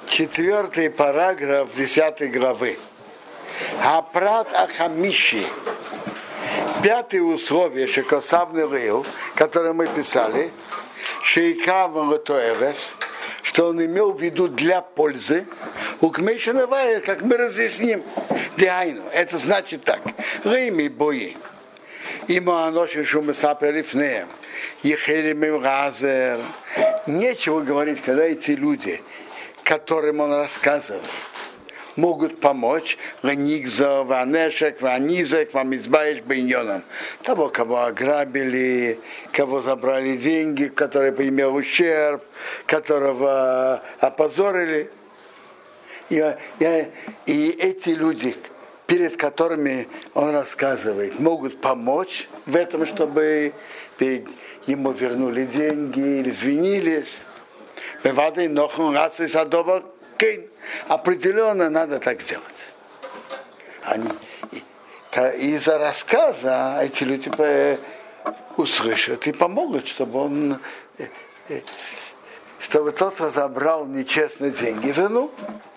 4 параграф 10 главы. Апрат Ахамиши. 5 условие Шекосавный Рил, которое мы писали, Шейкав Латоэрес, что он имел в виду для пользы, Укмейшановая, как мы разъясним, Диайну. Это значит так. Рейми бои. Ему аноши шумесаперифнеем. Ехеримим газер. Нечего говорить, когда эти люди, которым он рассказывал, могут помочь Ганикзо, Ванешек, Ванизек, Вамизбаиш, Бейньоном. Того, кого ограбили, кого забрали деньги, который имел ущерб, которого опозорили. И эти люди, перед которыми он рассказывает, могут помочь в этом, чтобы ему вернули деньги или извинились. Определенно надо так сделать. Из-за рассказа эти люди услышат и помогут, чтобы тот разобрал нечестные деньги и вернул.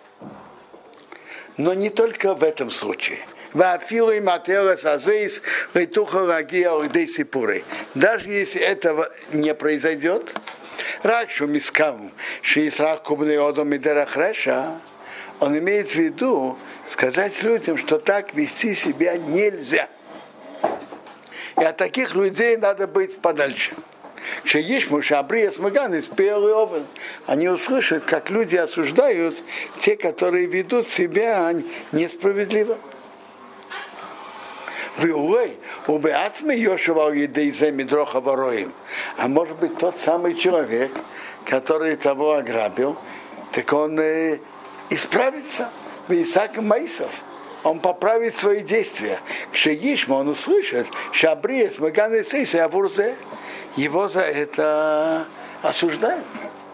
Но не только в этом случае. Даже если этого не произойдет, он имеет в виду сказать людям, что так вести себя нельзя. И от таких людей надо быть подальше. Они услышат, как люди осуждают те, которые ведут себя несправедливо. А может быть, тот самый человек, который того ограбил, так он исправится. Исаак Маисов. Он поправит свои действия. Кшегишма он услышит, шабриес маганы сейса авурзе. Его за это осуждают.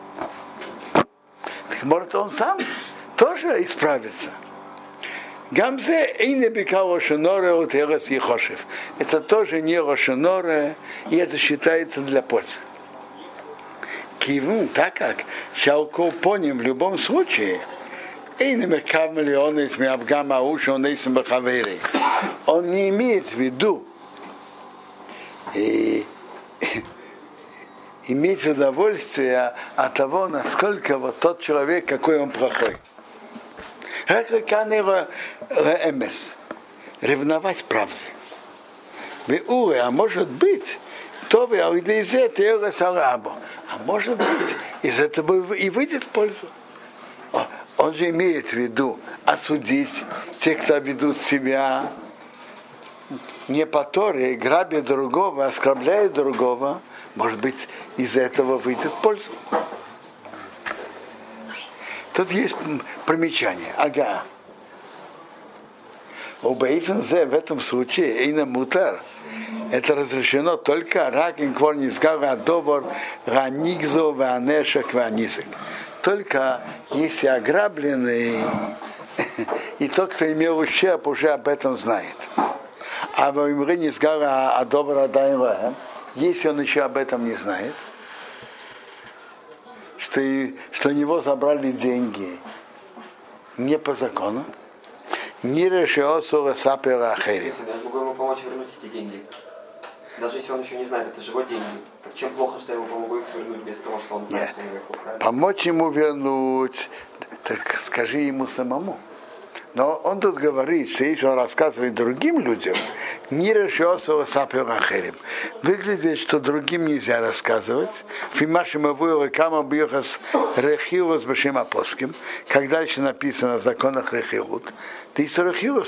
Так может он сам тоже исправится. Гамзе и не бекал Рошеноре от Эрес Ехошев. Это тоже не Рошеноре, и это считается для пользы. Кивун, так как Шалко поним в любом случае, он не имеет в виду иметь удовольствие от того, насколько вот тот человек, какой он плохой. Ревновать правды. А может быть, а может быть, из этого и выйдет пользу. Он же имеет в виду осудить тех, кто ведут себя не по Торе, грабят другого, оскорбляют другого. Может быть, из этого выйдет пользу. Тут есть примечание. Ага. В этом случае Эйна Мутар. Это разрешено только Ракин Кворнизгара Добор Ганикзо Ванешек Ванизек. Только если ограбленный и тот, кто имел ущерб, уже об этом знает. А во времени Сгара Адобра Дайва, если он еще об этом не знает, что у него забрали деньги не по закону, не решил Сапера Ахерим. Если даже могу ему помочь вернуть эти деньги. Даже если он еще не знает, это же его деньги. Так чем плохо, что я ему помогу их вернуть без того, что он знает, что он их украл? Помочь ему вернуть, так скажи ему самому. Но он тут говорит, что если он рассказывает другим людям, не решился Сапер Ахерим. Выглядит, что другим нельзя рассказывать. Как дальше написано в законах Рехилут. То есть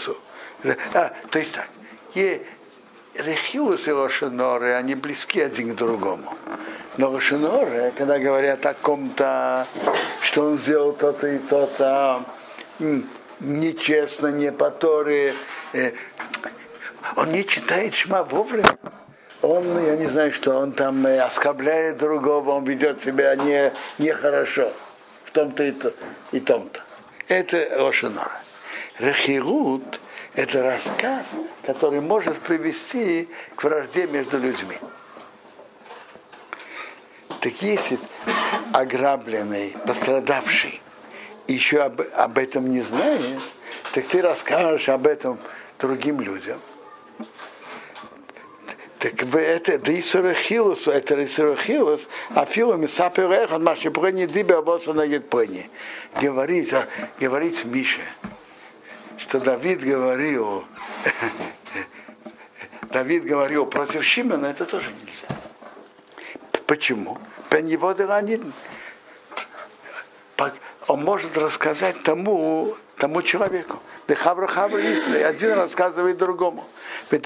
так. Рехилус и Рошеноре, они близки один к другому. Но Рошеноре, когда говорят о ком-то, что он сделал то-то и то-то, нечестно, не по Торе, он не читает Шма вовремя. Он, я не знаю, что он там оскорбляет другого, он ведет себя нехорошо в том-то и том-то. Это Рошеноре. Рехилут — это рассказ, который может привести к вражде между людьми. Так если ограбленный, пострадавший, еще об этом не знаешь, так ты расскажешь об этом другим людям. Так это Исурахилус, это Исурахилус, а филами саперех, он маши прени дибе обоса нагет прени. Говорить Мише, что Давид говорил против Шимона, это тоже нельзя. Почему? Он может рассказать тому человеку. Один рассказывает другому. Так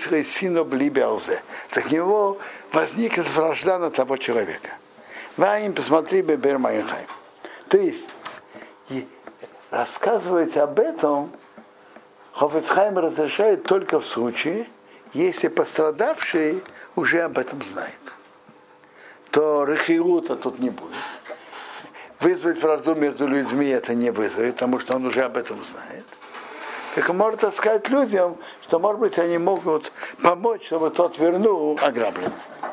у него возникнет вражда на того человека. Ваим, посмотри, Бебер Майнхайм. То есть, рассказывать об этом Хафец Хаим разрешает только в случае, если пострадавший уже об этом знает. То рехиута тут не будет. Вызвать вражду между людьми это не вызовет, потому что он уже об этом знает. Так он может сказать людям, что, может быть, они могут помочь, чтобы тот вернул ограбленное.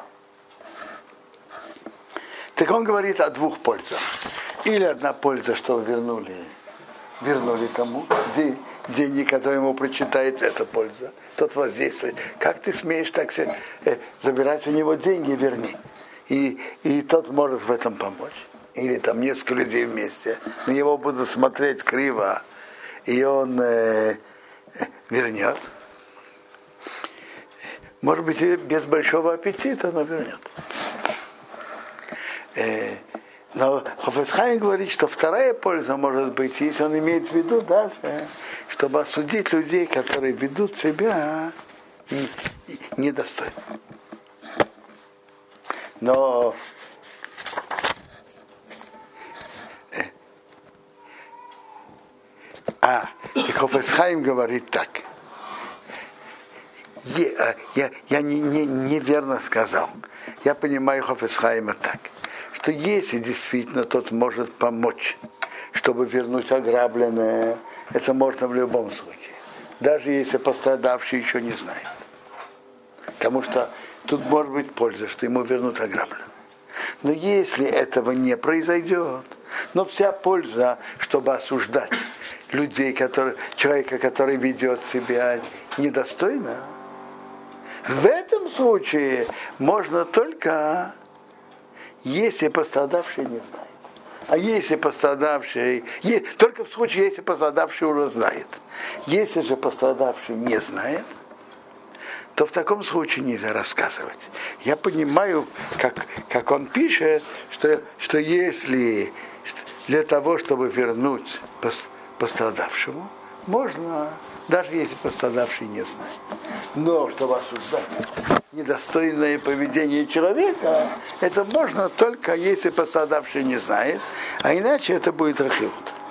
Так он говорит о двух пользах. Или одна польза, что вернули тому деньги, которые ему причитается, это польза. Тот воздействует. Как ты смеешь так забирать у него деньги, верни. И тот может в этом помочь. Или там несколько людей вместе, на него будут смотреть криво, и он вернет. Может быть, без большого аппетита, но вернет. Но Хафец Хаим говорит, что вторая польза может быть, если он имеет в виду даже, чтобы осудить людей, которые ведут себя недостойно. Но Хафец Хаим говорит так. Я неверно сказал. Я понимаю Хафец Хаима так, что если действительно тот может помочь, чтобы вернуть ограбленное, это можно в любом случае. Даже если пострадавший еще не знает. Потому что тут может быть польза, что ему вернут ограбленное. Но если этого не произойдет, но вся польза, чтобы осуждать людей, человека, который ведет себя недостойно, в этом случае можно только, если пострадавший не знает. А если пострадавший, только в случае, если пострадавший уже знает. Если же пострадавший не знает, то в таком случае нельзя рассказывать. Я понимаю, как он пишет, что если для того, чтобы вернуть пострадавшему, можно, даже если пострадавший не знает. Но чтобы осуждать недостойное поведение человека, это можно только если пострадавший не знает, а иначе это будет рахиут.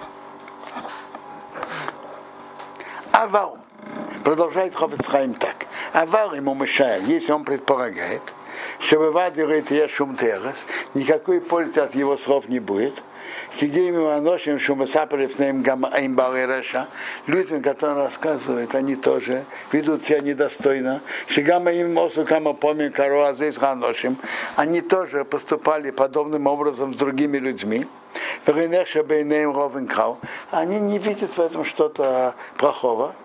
Авал. Продолжает Хафец Хаим так. Авал ему мешает, если он предполагает, что выводит я шум террас, никакой пользы от его слов не будет. Людям, которые рассказывают, они тоже ведут себя недостойно. Они тоже поступали подобным образом с другими людьми. Они не видят в этом что-то плохого.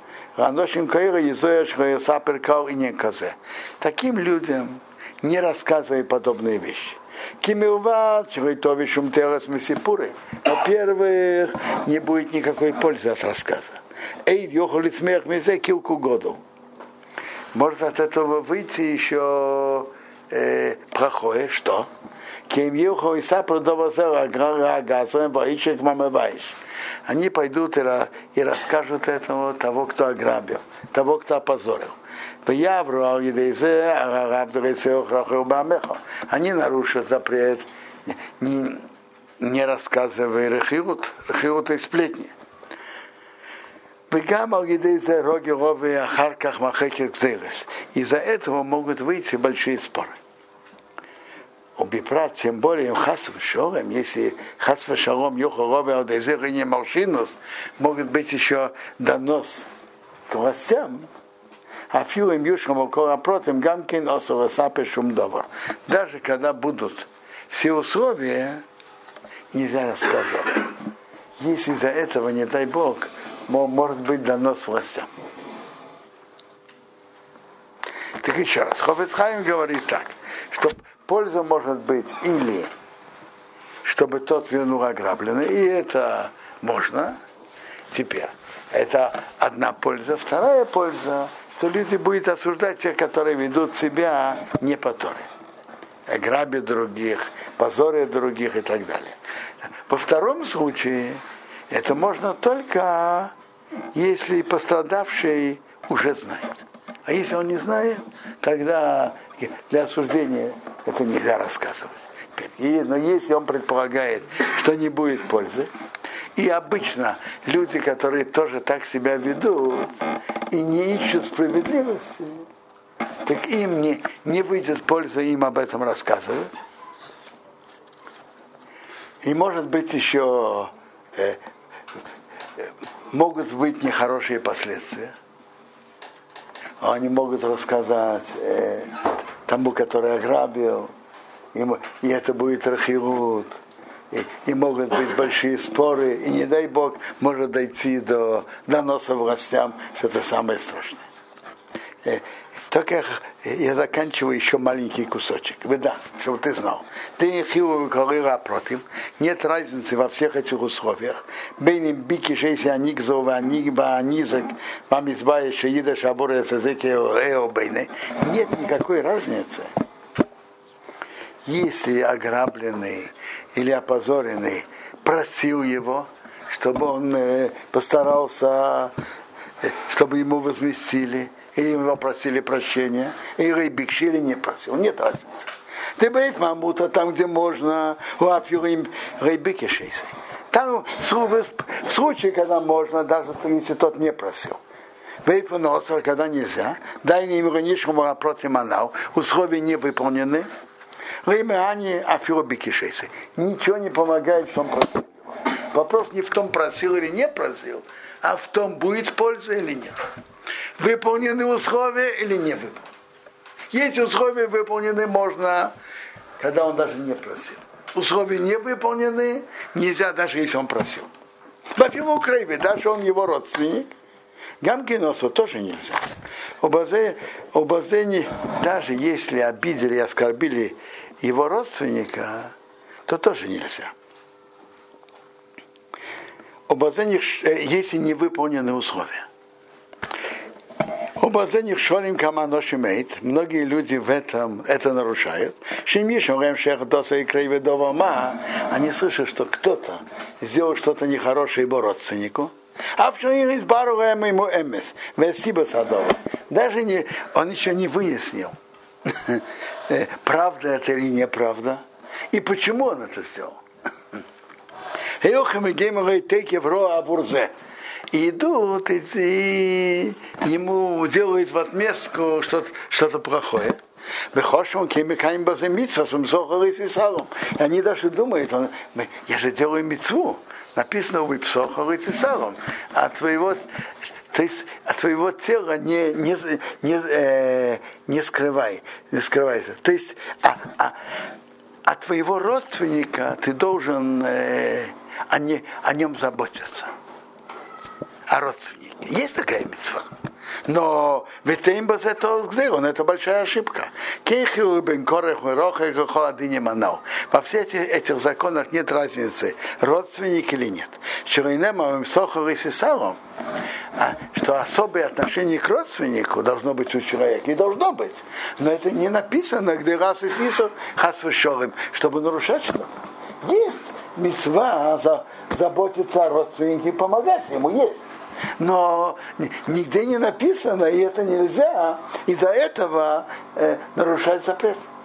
Таким людям не рассказывай подобные вещи. Во-первых, не будет никакой пользы от рассказа. Может от этого выйти еще плохое, что? Они пойдут и расскажут этому того, кто ограбил, того, кто опозорил. Они нарушат запрет, не рассказывая рахиут и сплетни. Из-за этого могут выйти большие споры. Убипрат, тем более хасв шолем, если хасв шалом йохорове одезер и не маршинус, может быть еще донос к властям. Афил им юшам около против гамкин осовасапе шумдовар. Даже когда будут все условия, нельзя рассказывать. если из-за этого, не дай Бог, может быть донос властям. Так еще раз, Хафец Хаим говорит так, что польза может быть или чтобы тот вернул ограбленный, и это можно. Теперь, это одна польза. Вторая польза, что люди будут осуждать тех, которые ведут себя не по Торе. Грабят других, позорят других и так далее. Во втором случае, это можно только, если пострадавший уже знает. А если он не знает, тогда для осуждения это нельзя рассказывать. Но если он предполагает, что не будет пользы, и обычно люди, которые тоже так себя ведут и не ищут справедливости, так им не выйдет пользы им об этом рассказывать. И может быть еще могут быть нехорошие последствия. Они могут рассказать тому, который ограбил, и это будет рахилут, и могут быть большие споры, и не дай Бог, может дойти до доноса властям, что это самое страшное. Только я заканчиваю еще маленький кусочек. Да, чтобы ты знал. Ты хилу колыра против. Нет разницы во всех этих условиях. Бейним бики шейси аникзова аникба анизак вам избавишь шеида шабура сазеки эобейны. Нет никакой разницы. Если ограбленный или опозоренный просил его, чтобы он постарался, чтобы ему возместили, или его просили прощения, или бикши, или не просил. Нет разницы. Ты бейф мамута там, где можно, там в случае, когда можно, даже если тот не просил. Бейф носор, когда нельзя, дай не ироничному против манау, условия не выполнены. Ничего не помогает, что он просил. Вопрос не в том, просил или не просил, а в том, будет польза или нет. Выполнены условия или не выполнены. Если условия выполнены, можно, когда он даже не просил. Условия не выполнены, нельзя, даже если он просил. Во Филу Крейве, даже он его родственник, Гамкиносу тоже нельзя. Даже если обидели и оскорбили его родственника, то тоже нельзя. Если не выполнены условия. Многие люди в этом это нарушают. Они слышат, что кто-то сделал что-то нехорошее его родственнику. А почему не избавляем ему эмес? Даже он еще не выяснил, правда это или неправда, и почему он это сделал. И идут, и ему делают в отместку что-то плохое. И они даже думают, я же делаю мицву. Написано у Псохор и Цесаром, от твоего тела не скрывайся. То есть от твоего родственника ты должен о нем заботиться. О родственнике. Есть такая мицва. Но это большая ошибка. Во всех этих законах нет разницы, родственник или нет. Что особое отношение к родственнику должно быть у человека. И должно быть. Но это не написано, где раз и снизу чтобы нарушать что-то. Есть мицва заботиться о родственнике и помогать ему. Есть. Но нигде не написано, и это нельзя из-за этого нарушать запрет.